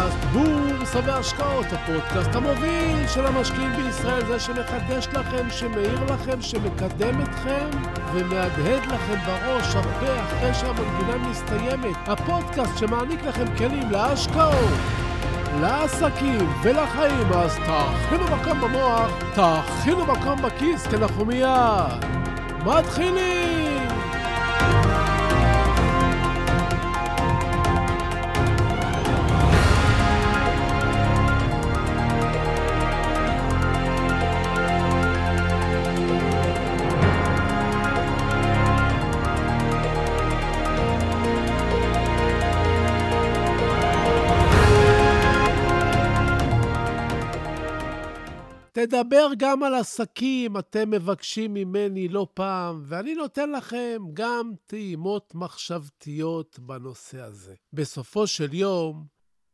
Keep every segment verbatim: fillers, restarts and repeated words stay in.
פודקאסט בורסה והשקעות, הפודקאסט המוביל של המשקיעים בישראל, זה שמחדש לכם, שמאיר לכם, שמקדם אתכם ומהדהד לכם בראש הרבה אחרי שהמנגינה מסתיימת. הפודקאסט שמעניק לכם כלים להשקעות, לעסקים ולחיים. אז תאכינו מקום במוח, תאכינו מקום בכיס, כי אנחנו מיד מתחילים. תדבר גם על עסקים, אתם מבקשים ממני לא פעם, ואני נותן לכם גם טעימות מחשבתיות בנושא הזה. בסופו של יום,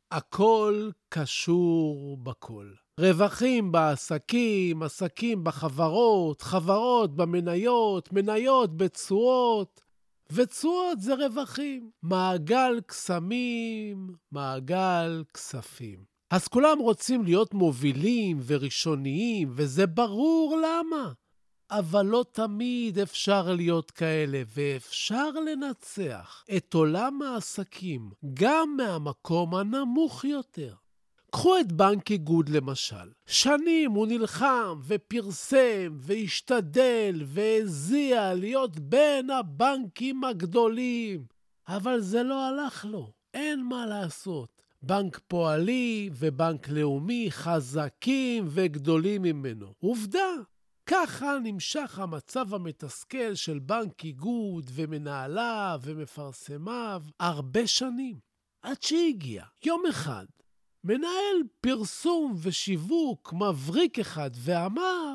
הכל קשור בכל. רווחים בעסקים, עסקים בחברות, חברות במניות, מניות בתשואות, ותשואות זה רווחים. מעגל קסמים, מעגל כספים. אז כולם רוצים להיות מובילים וראשוניים, וזה ברור למה. אבל לא תמיד אפשר להיות כאלה, ואפשר לנצח את עולם העסקים, גם מהמקום הנמוך יותר. קחו את בנק איגוד למשל. שנים הוא נלחם ופרסם והשתדל והזיע להיות בין הבנקים הגדולים. אבל זה לא הלך לו, אין מה לעשות. בנק פועלי ובנק לאומי חזקים וגדולים ממנו. עובדה, ככה נמשך המצב המתסכל של בנק איגוד ומנהליו ומפרסמיו הרבה שנים. עד שהגיע יום אחד, מנהל פרסום ושיווק מבריק אחד ואמר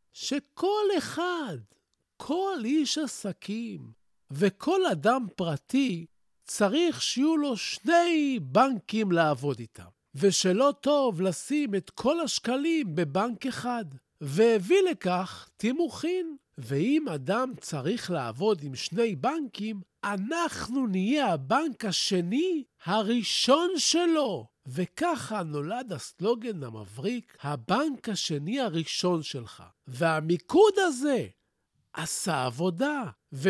שכל אחד, כל איש עסקים וכל אדם פרטי צריך שיהיו לו שני בנקים לעבוד איתם, ושלא טוב לשים את כל השקלים בבנק אחד, והביא לכך תימוכין. ואם אדם צריך לעבוד עם שני בנקים, אנחנו נהיה הבנק השני הראשון שלו. וככה נולד הסלוגן המבריק, הבנק השני הראשון שלך. והמיקוד הזה עשה עבודה,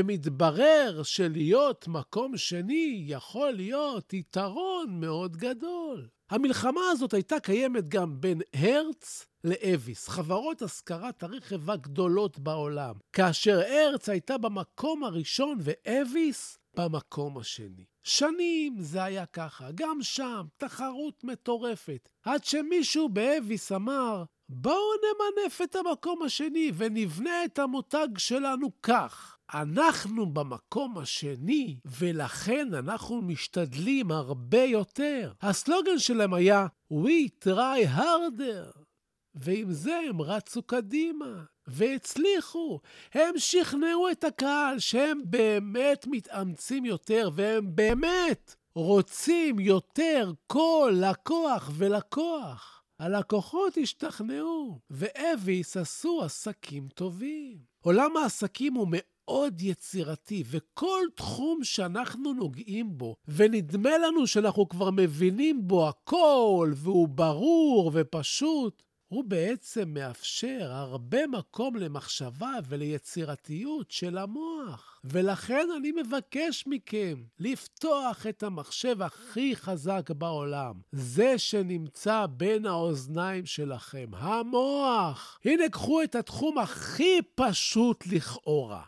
ומתברר שלהיות מקום שני יכול להיות יתרון מאוד גדול. המלחמה הזאת הייתה קיימת גם בין הרץ לאביס, חברות השכרת הרכב הגדולות בעולם, כאשר הרץ הייתה במקום הראשון ואביס במקום השני. שנים זה היה ככה, גם שם תחרות מטורפת, עד שמישהו באביס אמר, בואו נמנף את המקום השני ונבנה את המותג שלנו כך. אנחנו במקום השני, ולכן אנחנו משתדלים הרבה יותר. הסלוגן שלהם היה, We try harder. ועם זה הם רצו קדימה, והצליחו. הם שכנעו את הקהל שהם באמת מתאמצים יותר, והם באמת רוצים יותר כל לקוח ולקוח. הלקוחות השתכנעו, ואביס עשו עסקים טובים. עולם העסקים הוא מאוד יצירתי, וכל תחום שאנחנו נוגעים בו, ונדמה לנו שאנחנו כבר מבינים בו הכל, והוא ברור ופשוט, הוא בעצם מאפשר הרבה מקום למחשבה וליצירתיות של המוח. ולכן אני מבקש מכם לפתוח את המחשב הכי חזק בעולם. זה שנמצא בין האוזניים שלכם, המוח. הנה קחו את התחום הכי פשוט לכאורה.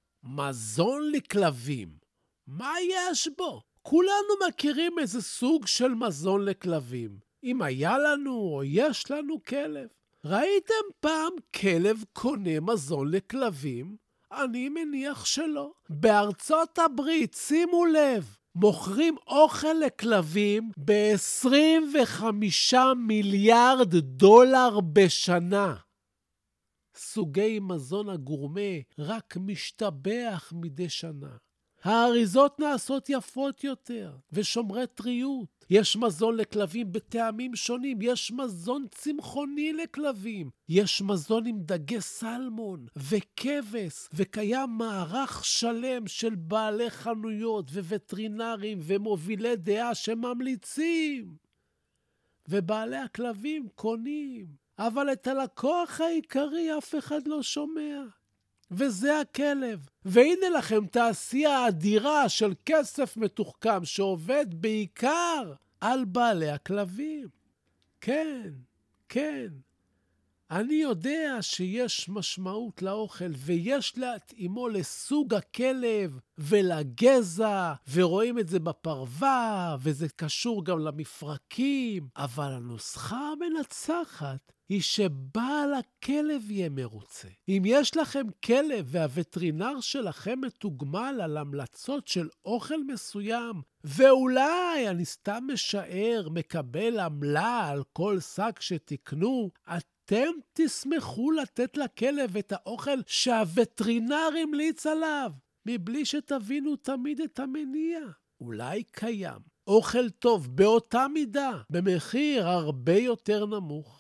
מזון לכלבים. מה יש בו? כולנו מכירים איזה סוג של מזון לכלבים. אם היה לנו או יש לנו כלב. ראיתם פעם כלב קונה מזון לכלבים? אני מניח שלא. בארצות הברית, שימו לב, מוכרים אוכל לכלבים ב-עשרים וחמישה מיליארד דולר בשנה. סוגי מזון הגורמה רק משתבח מדי שנה. האריזות נעשות יפות יותר ושומרי טריות. יש מזון לכלבים בטעמים שונים, יש מזון צמחוני לכלבים, יש מזון עם דגי סלמון וכבש, וקיים מערך שלם של בעלי חנויות ווטרינרים ומובילי דעה שממליצים. ובעלי הכלבים קונים, אבל את הלקוח העיקרי אף אחד לא שומע. וזה הכלב. והנה לכם תעשייה אדירה של כסף מתוחכם שעובד בעיקר על בעלי הכלבים. כן, כן. אני יודע שיש משמעות לאוכל ויש להתאימו לסוג הכלב ולגזע, ורואים את זה בפרווה, וזה קשור גם למפרקים, אבל הנוסחה המנצחת היא שבעל הכלב יהיה מרוצה. אם יש לכם כלב והווטרינר שלכם מתוגמל על המלצות של אוכל מסוים, ואולי, אני סתם משער, מקבל עמלה על כל שק שתקנו, אתם תשמחו לתת לכלב את האוכל שהווטרינר המליץ עליו, מבלי שתבינו תמיד את המניע. אולי קיים אוכל טוב באותה מידה, במחיר הרבה יותר נמוך.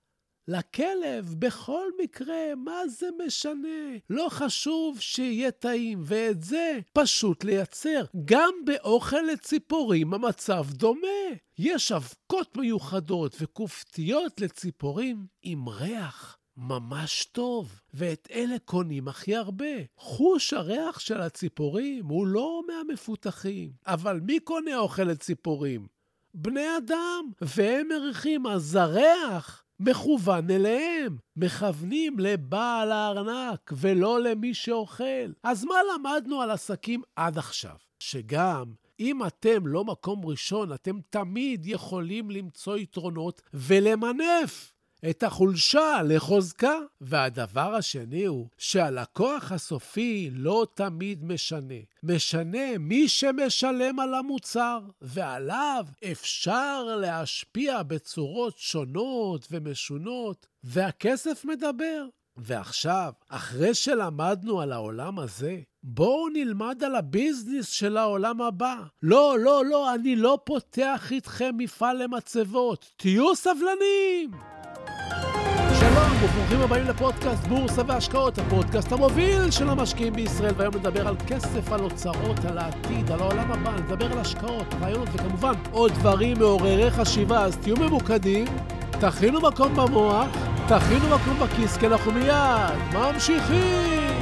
לכלב בכל מקרה, מה זה משנה? לא חשוב שיהיה טעים, ואת זה פשוט לייצר. גם באוכל לציפורים המצב דומה. יש אבקות מיוחדות וכופתיות לציפורים עם ריח ממש טוב, ואת אלה קונים הכי הרבה. חוש הריח של הציפורים הוא לא מהמפותחים, אבל מי קונה אוכל לציפורים? בני אדם, והם מריחים, אז הריח מכוון אליהם, מכוונים לבעל הארנק ולא למי שאוכל. אז מה למדנו על עסקים עד עכשיו? שגם אם אתם לא מקום ראשון, אתם תמיד יכולים למצוא יתרונות ולמנף את החולשה לחוזקה. והדבר השני הוא שהלקוח הסופי לא תמיד משנה. משנה מי שמשלם על המוצר, ועליו אפשר להשפיע בצורות שונות ומשונות, והכסף מדבר. ועכשיו, אחרי שלמדנו על העולם הזה, בואו נלמד על הביזנס של העולם הבא. לא, לא, לא, אני לא פותח איתכם מפעל למצבות. תהיו סבלנים! שלום וברוכים הבאים לפודקאסט בורסה והשקעות, הפודקאסט המוביל של המשקיעים בישראל, והיום נדבר על כסף, על הוצאות, על העתיד, על העולם הבא, נדבר על השקעות, רעיונות וכמובן עוד דברים מעוררי חשיבה. אז תהיו ממוקדים, תכינו מקום במוח, תכינו מקום בכיס, כי אנחנו מיד ממשיכים.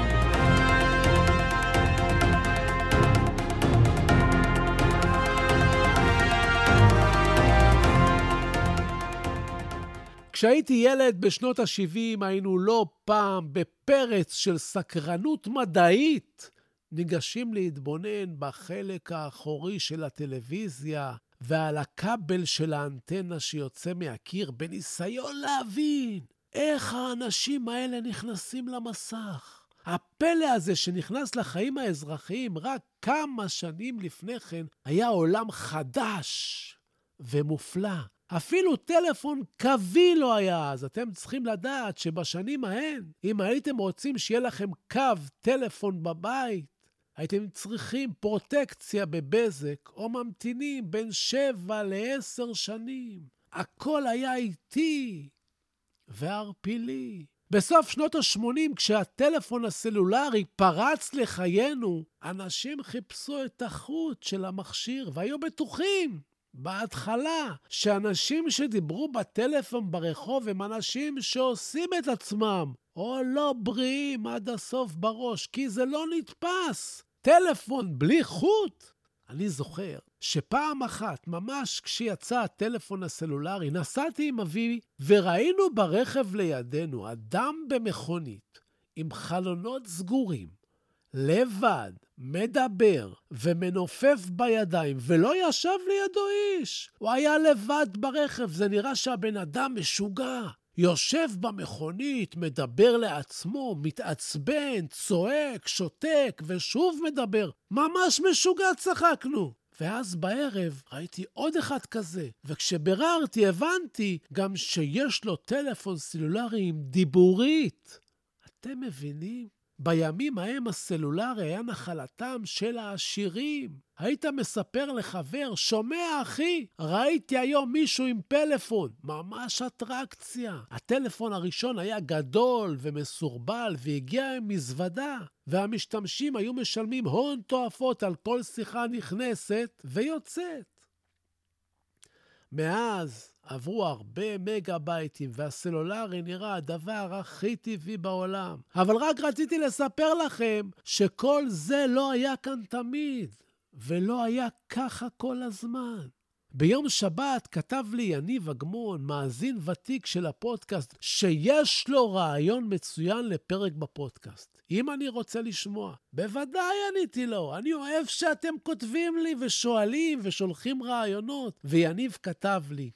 כשהייתי ילד בשנות ה-שבעים, היינו לא פעם בפרץ של סקרנות מדעית, ניגשים להתבונן בחלק האחורי של הטלוויזיה ועל הכבל של האנטנה שיוצא מהקיר, בניסיון להבין איך האנשים האלה נכנסים למסך. הפלא הזה שנכנס לחיים האזרחיים רק כמה שנים לפני כן היה עולם חדש ומופלא. אפילו טלפון קווי לא היה אז. אתם צריכים לדעת שבשנים ההן, אם הייתם רוצים שיהיה לכם קו טלפון בבית, הייתם צריכים פרוטקציה בבזק, או ממתינים בין שבע לעשר שנים. הכל היה איטי וערפילי. בסוף שנות ה-שמונים, כשהטלפון הסלולרי פרץ לחיינו, אנשים חיפשו את החוט של המכשיר, והיו בטוחים בהתחלה שאנשים שדיברו בטלפון ברחוב הם אנשים שעושים את עצמם, או לא בריאים עד הסוף בראש, כי זה לא נתפס. טלפון בלי חוט. אני זוכר שפעם אחת, ממש כשיצא הטלפון הסלולרי, נסעתי עם אבי וראינו ברכב לידינו אדם במכונית עם חלונות סגורים, לבד, מדבר ומנופף בידיים, ולא ישב לידו איש. הוא היה לבד ברכב, זה נראה שהבן אדם משוגע. יושב במכונית, מדבר לעצמו, מתעצבן, צועק, שותק ושוב מדבר. ממש משוגע, צחקנו. ואז בערב ראיתי עוד אחד כזה, וכשבררתי הבנתי גם שיש לו טלפון סלולרי עם דיבורית. אתם מבינים? בימים ההם הסלולרי היה נחלתם של העשירים. היית מספר לחבר, שומע אחי, ראיתי היום מישהו עם פלאפון. ממש אטרקציה. הטלפון הראשון היה גדול ומסורבל והגיע עם מזוודה, והמשתמשים היו משלמים הון תועפות על כל שיחה נכנסת ויוצאת. מאז עברו הרבה מגה בייטים, והסלולרי נראה הדבר הכי טבעי בעולם. אבל רק רציתי לספר לכם שכל זה לא היה כאן תמיד, ולא היה ככה כל הזמן. ביום שבת כתב לי יניב אגמון, מאזין ותיק של הפודקאסט, שיש לו רעיון מצוין לפרק בפודקאסט. אם אני רוצה לשמוע, בוודאי עניתי לו. אני אוהב שאתם כותבים לי ושואלים ושולחים רעיונות. ויניב כתב לי,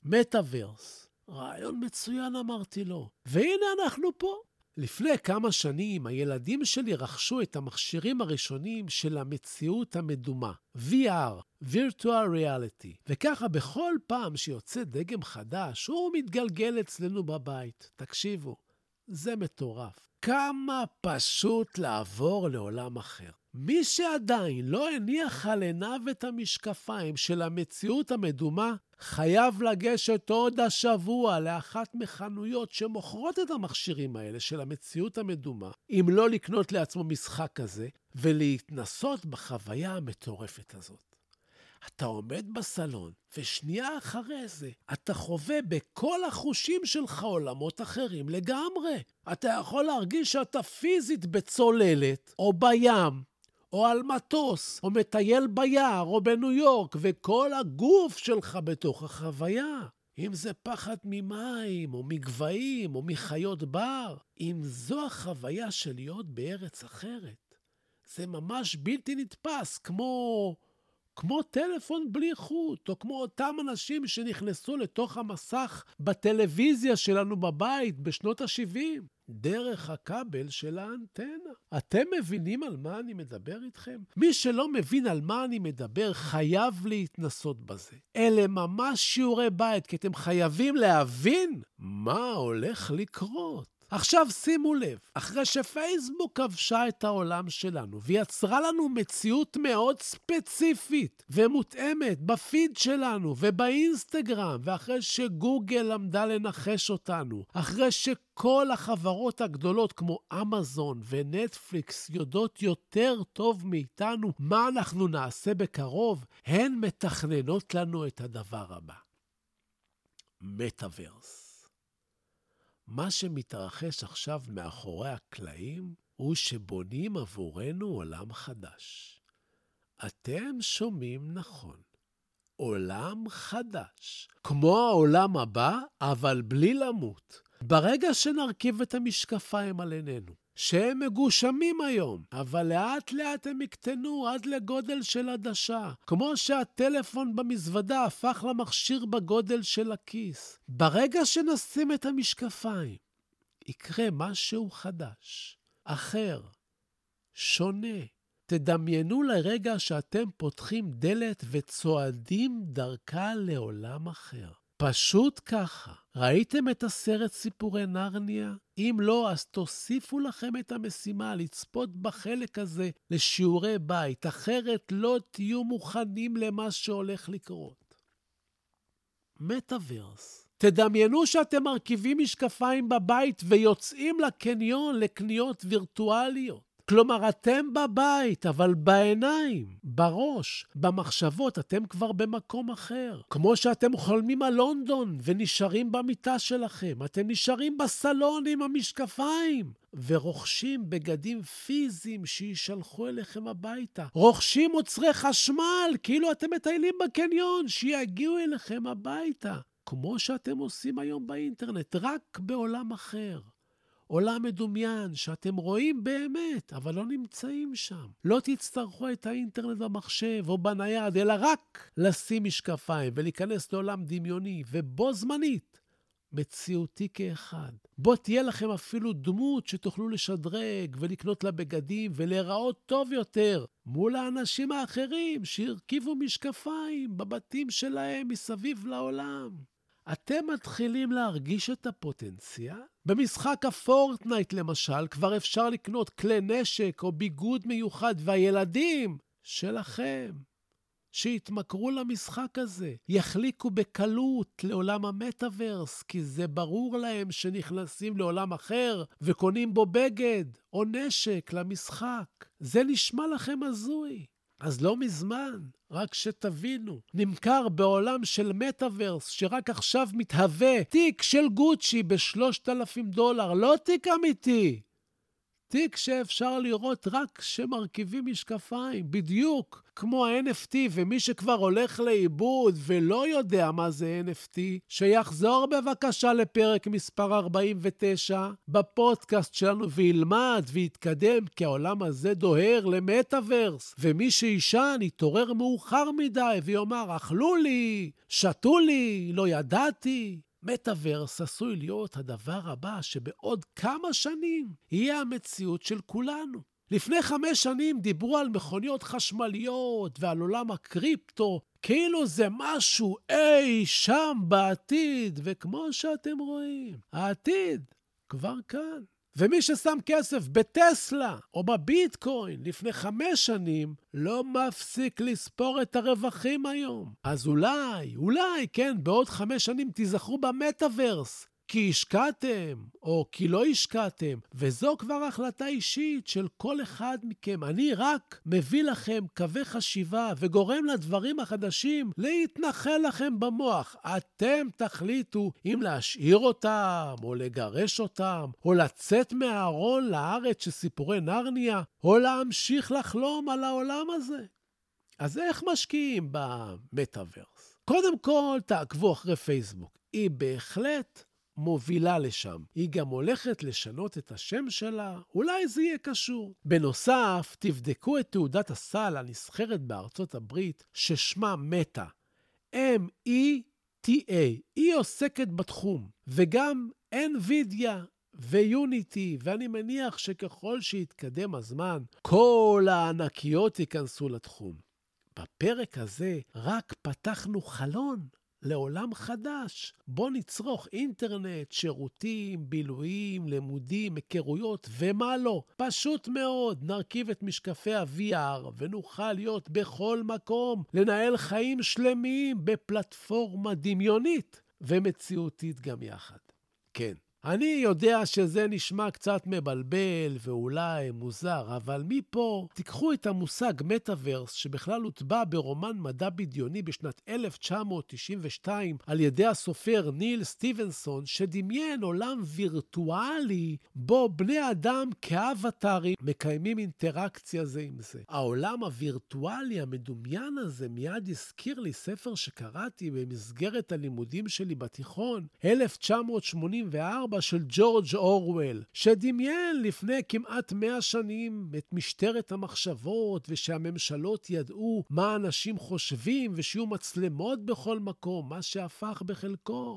מטאברס. רעיון מצוין אמרתי לו. והנה אנחנו פה. לפני כמה שנים הילדים שלי רכשו את המכשירים הראשונים של המציאות המדומה, וי אר, Virtual Reality, וככה בכל פעם שיוצא דגם חדש, הוא מתגלגל אצלנו בבית. תקשיבו, זה מטורף. כמה פשוט לעבור לעולם אחר. מי שעדיין לא הניח על עיניו את המשקפיים של המציאות המדומה, חייב לגשת עוד השבוע לאחת מחנויות שמוכרות את המכשירים האלה של המציאות המדומה, אם לא לקנות לעצמו משחק כזה, ולהתנסות בחוויה המטורפת הזאת. אתה עומד בסלון, ושנייה אחרי זה, אתה חווה בכל החושים שלך עולמות אחרים לגמרי. אתה יכול להרגיש שאתה פיזית בצוללת, או בים, או על מטוס, או מטייל ביער, או בניו יורק, וכל הגוף שלך בתוך החוויה. אם זה פחד ממים, או מגבעים, או מחיות בר, אם זו החוויה של להיות בארץ אחרת. זה ממש בלתי נתפס, כמו... כמו טלפון בלי חוט, או כמו אותם אנשים שנכנסו לתוך המסך בטלוויזיה שלנו בבית בשנות ה-שבעים, דרך הכבל של האנטנה. אתם מבינים על מה אני מדבר איתכם? מי שלא מבין על מה אני מדבר, חייב להתנסות בזה. אלה ממש שיעורי בית, כי אתם חייבים להבין מה הולך לקרות. עכשיו שימו לב, אחרי שפייסבוק כבשה את העולם שלנו ויצרה לנו מציאות מאוד ספציפית ומותאמת בפיד שלנו ובאינסטגרם, ואחרי שגוגל למדה לנחש אותנו, אחרי שכל החברות הגדולות כמו אמזון ונטפליקס יודעות יותר טוב מאיתנו מה אנחנו נעשה בקרוב, הן מתכננות לנו את הדבר הבא. מטאברס. מה שמתרחש עכשיו מאחורי הקלעים הוא שבונים עבורנו עולם חדש. אתם שומעים נכון. עולם חדש. כמו העולם הבא, אבל בלי למות. ברגע שנרכיב את המשקפיים על עינינו, שהם מגושמים היום, אבל לאט לאט הם יקטנו עד לגודל של עדשה, כמו שהטלפון במזוודה הפך למכשיר בגודל של הכיס. ברגע שנשים את המשקפיים, יקרה משהו חדש, אחר, שונה. תדמיינו לרגע שאתם פותחים דלת וצועדים דרכה לעולם אחר. פשוט ככה. ראיתם את הסרט סיפורי נרניה? אם לא, אז תוסיפו לכם את המשימה לצפות בחלק הזה לשיעורי בית, אחרת לא תהיו מוכנים למה שהולך לקרות. מטאברס. תדמיינו שאתם מרכיבים משקפיים בבית ויוצאים לקניון לקניות וירטואליות. כלומר, אתם בבית, אבל בעיניים, בראש, במחשבות, אתם כבר במקום אחר. כמו שאתם חולמים על לונדון ונשארים במיטה שלכם, אתם נשארים בסלון עם המשקפיים, ורוכשים בגדים פיזיים שישלחו אליכם הביתה. רוכשים מוצרי חשמל, כאילו אתם מטיילים בקניון, שיגיעו אליכם הביתה. כמו שאתם עושים היום באינטרנט, רק בעולם אחר. עולם מדומיין שאתם רואים באמת, אבל לא נמצאים שם. לא תצטרכו את האינטרנט במחשב או בנייד, אלא רק לשים משקפיים ולהיכנס לעולם דמיוני, ובו זמנית, מציאותי כאחד. בו תהיה לכם אפילו דמות שתוכלו לשדרג ולקנות לה בגדים ולהיראות טוב יותר מול האנשים האחרים שהרכיבו משקפיים בבתים שלהם מסביב לעולם. אתם מתחילים להרגיש את הפוטנציאל? במשחק הפורטנייט למשל, כבר אפשר לקנות כלי נשק או ביגוד מיוחד, והילדים שלכם שהתמכרו למשחק הזה יחליקו בקלות לעולם המטאברס, כי זה ברור להם שנכנסים לעולם אחר וקונים בו בגד או נשק למשחק. זה נשמע לכם הזוי. אז לא מזמן, רק שתבינו, נמכר בעולם של מטאברס, שרק עכשיו מתהווה תיק של גוצ'י בשלושת אלפים דולר, לא תיק אמיתי. תיק שאפשר לראות רק שמרכיבים משקפיים, בדיוק כמו ה-אן אף טי, ומי שכבר הולך לאיבוד ולא יודע מה זה אן אף טי, שיחזור בבקשה לפרק מספר ארבעים ותשע בפודקאסט שלנו וילמד ויתקדם, כי העולם הזה דוהר למטאברס, ומי שישן יתעורר מאוחר מדי ויאמר, אכלו לי, שתו לי, לא ידעתי. מטאברס עשוי להיות הדבר הבא שבעוד כמה שנים יהיה המציאות של כולנו. לפני חמש שנים דיברו על מכוניות חשמליות ועל עולם הקריפטו, כאילו זה משהו אי שם בעתיד, וכמו שאתם רואים, העתיד כבר כאן. ומי ששם כסף בטסלה או בביטקוין לפני חמש שנים, לא מפסיק לספור את הרווחים היום. אז אולי, אולי, כן, בעוד חמש שנים תיזכרו במטאברס, כי השקעתם או כי לא השקעתם, וזו כבר החלטה אישית של כל אחד מכם. אני רק מביא לכם קווי חשיבה וגורם לדברים החדשים להתנחל לכם במוח. אתם תחליטו אם להשאיר אותם או לגרש אותם, או לצאת מהארון לארץ של סיפורי נרניה, או להמשיך לחלום על העולם הזה. אז איך משקיעים במטאברס? קודם כל תעקבו אחרי פייסבוק. היא בהחלט מובילה לשם. היא גם הולכת לשנות את השם שלה, אולי זה יהיה קשור. בנוסף, תבדקו את תעודת הסל הנסחרת בארצות הברית, ששמה מטה. אם אי טי איי. היא עוסקת בתחום, וגם אנווידיה ויוניטי, ואני מניח שככל שיתקדם הזמן, כל הענקיות ייכנסו לתחום. בפרק הזה רק פתחנו חלון לעולם חדש. בוא נצרוך אינטרנט, שירותים, בילויים, לימודים, היכרויות ומה לא. פשוט מאוד, נרכיב את משקפי ה-וי אר ונוכל להיות בכל מקום, לנהל חיים שלמים בפלטפורמה דמיונית ומציאותית גם יחד. כן. אני יודע שזה נשמע קצת מבלבל ואולי מוזר, אבל מפה תיקחו את המושג מטאברס, שבכלל הוטבע ברומן מדע בדיוני בשנת אלף תשע מאות תשעים ושתיים על ידי הסופר ניל סטיבנסון, שדמיין עולם וירטואלי בו בני אדם כאבטרים מקיימים אינטראקציה זה עם זה. העולם הווירטואלי המדומיין הזה מיד הזכיר לי ספר שקראתי במסגרת הלימודים שלי בתיכון, אלף תשע מאות שמונים וארבע, של ג'ורג' אורוול, שדמיין לפני כמעט מאה שנים את משטרת המחשבות, ושהממשלות ידעו מה אנשים חושבים, ושיהיו מצלמות בכל מקום, מה שהפך בחלקו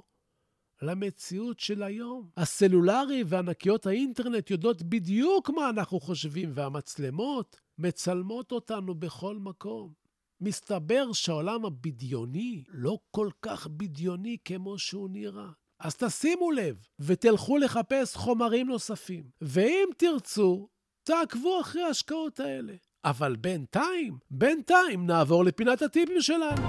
למציאות של היום. הסלולרי וענקיות האינטרנט יודעות בדיוק מה אנחנו חושבים, והמצלמות מצלמות אותנו בכל מקום. מסתבר שהעולם הבדיוני לא כל כך בדיוני כמו שהוא נראה. אז תשימו לב ותלכו לחפש חומרים נוספים. ואם תרצו, תעקבו אחרי ההשקעות האלה. אבל בינתיים, בינתיים נעבור לפינת הטיפים שלנו.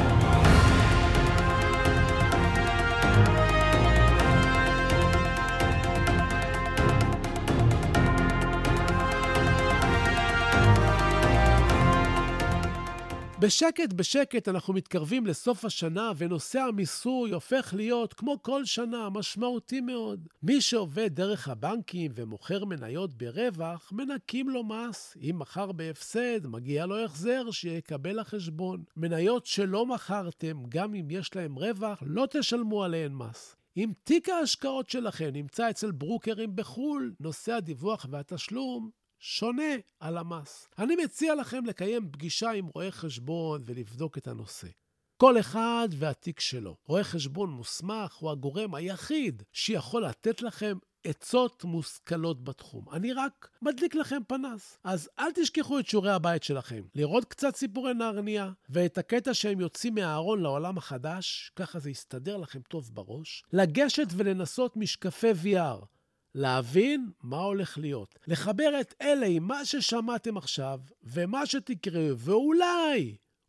בשקט בשקט אנחנו מתקרבים לסוף השנה, ונושא המיסוי הופך להיות כמו כל שנה משמעותי מאוד. מי שעובד דרך הבנקים ומוכר מניות ברווח, מנקים לו מס. אם מכר בהפסד, מגיע לו החזר שיקבל לחשבון. מניות שלא מכרתם, גם אם יש להם רווח, לא תשלמו עליהן מס. אם תיק ההשקעות שלכם נמצא אצל ברוקרים בחול, נושא הדיווח והתשלום שונה על המס. אני מציע לכם לקיים פגישה עם רואה חשבון ולבדוק את הנושא. כל אחד והתיק שלו. רואה חשבון מוסמך הוא הגורם היחיד שיכול לתת לכם עצות מושכלות בתחום. אני רק מדליק לכם פנס. אז אל תשכחו את שיעורי הבית שלכם. לראות קצת סיפורי נרניה, ואת הקטע שהם יוצאים מהארון לעולם החדש, ככה זה יסתדר לכם טוב בראש. לגשת ולנסות משקפי וי אר. להבין מה הולך להיות. לחבר את אלה עם מה ששמעתם עכשיו, ומה שתקראו, ואולי,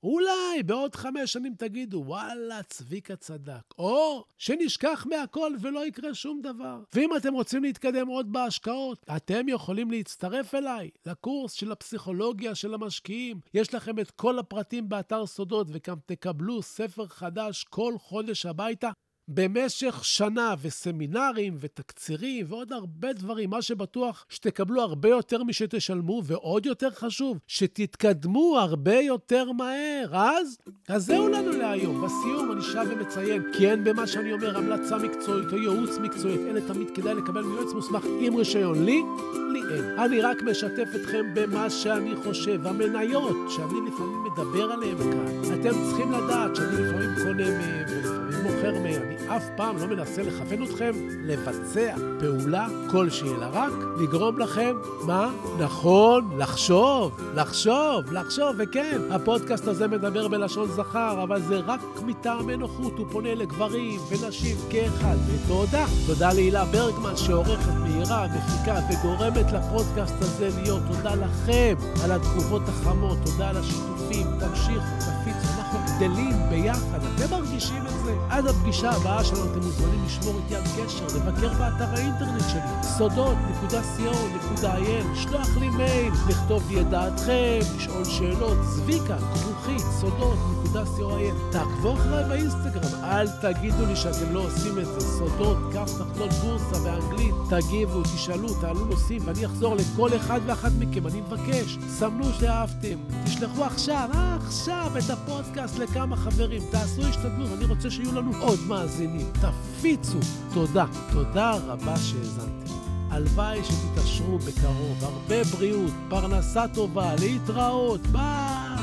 אולי בעוד חמש שנים תגידו, וואלה, צביקה צדק. או שנשכח מהכל ולא יקרה שום דבר. ואם אתם רוצים להתקדם עוד בהשקעות, אתם יכולים להצטרף אליי לקורס של הפסיכולוגיה של המשקיעים. יש לכם את כל הפרטים באתר סודות, וגם תקבלו ספר חדש כל חודש הביתה. במשך שנה וסמינרים ותקצירים ועוד הרבה דברים, מה שבטוח שתקבלו הרבה יותר משתשלמו, ועוד יותר חשוב, שתתקדמו הרבה יותר מהר. אז, אז זהו לנו להיום. בסיום אני שב ומציין, כי אין במה שאני אומר המלצה מקצועית או ייעוץ מקצועית, אלא תמיד כדאי לקבל מיועץ מוסמך עם רישיון. לי, לי אין. אני רק משתף אתכם במה שאני חושב. המניות שאני לפעמים מדבר עליהן כאן, אתם צריכים לדעת שאני לפעמים קונה מהם ולפעמים מוכר מהם. אני אף פעם לא מנסה לכוון אתכם לבצע פעולה כלשהי, אלא רק לגרום לכם, מה? נכון, לחשוב, לחשוב, לחשוב, וכן, הפודקאסט הזה מדבר בלשון זכר, אבל זה רק מטעמי נוחות, הוא פונה לגברים ונשים כאחד. ותודה, תודה להילה ברגמן שעורכת, מהירה, מפיקה וגורמת לפודקאסט הזה להיות. תודה לכם על התגובות החמות, תודה על השיתופים, תמשיכו, תפיצו, אנחנו גדלים ביחד, אתם מרגישים את זה. עד הפגישה הבאה שלנו אתם מוזמנים לשמור איתי על קשר, לבקר באתר האינטרנט שלי, סודות נקודה סי או נקודה איי אל, לשלוח לי מייל, לכתוב לי את דעתכם, לשאול שאלות, צביקה, כרוכית, סודות נקודה סי או איי אל. תעקבו אחריי באינסטגרם, אל תגידו לי שאתם לא עושים את זה. סודות, כף תחתון בורסה באנגלית, תגיבו, תשאלו, תעלו נושאים, ואני אחזור לכל אחד ואחת מכם. אני מבקש, סמנו שאהבתם, תשלחו עכשיו, עכשיו את הפודקאסט לכמה חברים, תעשו השתדלות, אני רוצה שיהיו לנו עוד מאזינים, תפיצו. תודה, תודה רבה שהזנתם. הלוואי שתתעשרו בקרוב, הרבה בריאות, פרנסה טובה, להתראות, ביי.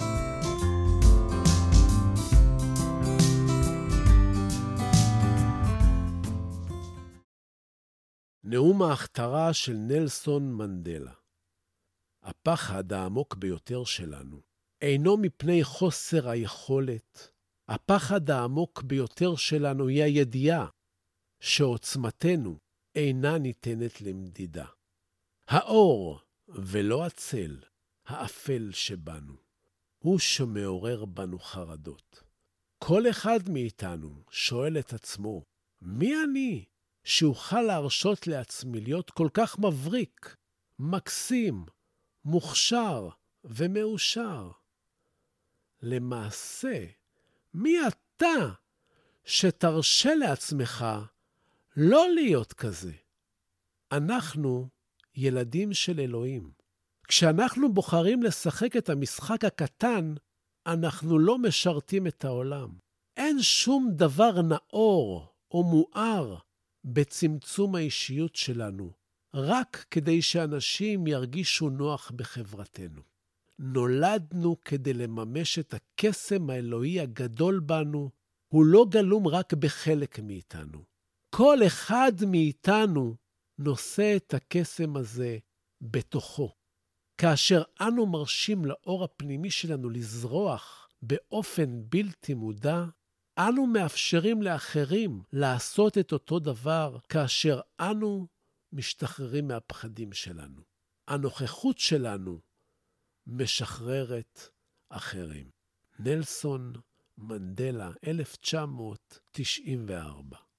נאום ההכתרה של נלסון מנדלה. הפחד העמוק ביותר שלנו אינו מפני חוסר היכולת. הפחד העמוק ביותר שלנו היא הידיעה שעוצמתנו אינה ניתנת למדידה. האור ולא הצל, האפל שבנו, הוא שמעורר בנו חרדות. כל אחד מאיתנו שואל את עצמו, מי אני שאוכל להרשות לעצמי להיות כל כך מבריק, מקסים, מוכשר ומאושר? למעשה, מי אתה שתרשה לעצמך לא להיות כזה? אנחנו ילדים של אלוהים. כשאנחנו בוחרים לשחק את המשחק הקטן, אנחנו לא משרתים את העולם. אין שום דבר נאור או מואר בצמצום האישיות שלנו, רק כדי שאנשים ירגישו נוח בחברתנו. נולדנו כדי לממש את הקסם האלוהי הגדול בנו, הוא לא גלום רק בחלק מאיתנו. כל אחד מאיתנו נושא את הקסם הזה בתוכו. כאשר אנו מרשים לאור הפנימי שלנו לזרוח באופן בלתי מודע, אנו מאפשרים לאחרים לעשות את אותו דבר כאשר אנו משתחררים מהפחדים שלנו. הנוכחות שלנו משחררת אחרים. נלסון מנדלה, אלף תשע מאות תשעים וארבע.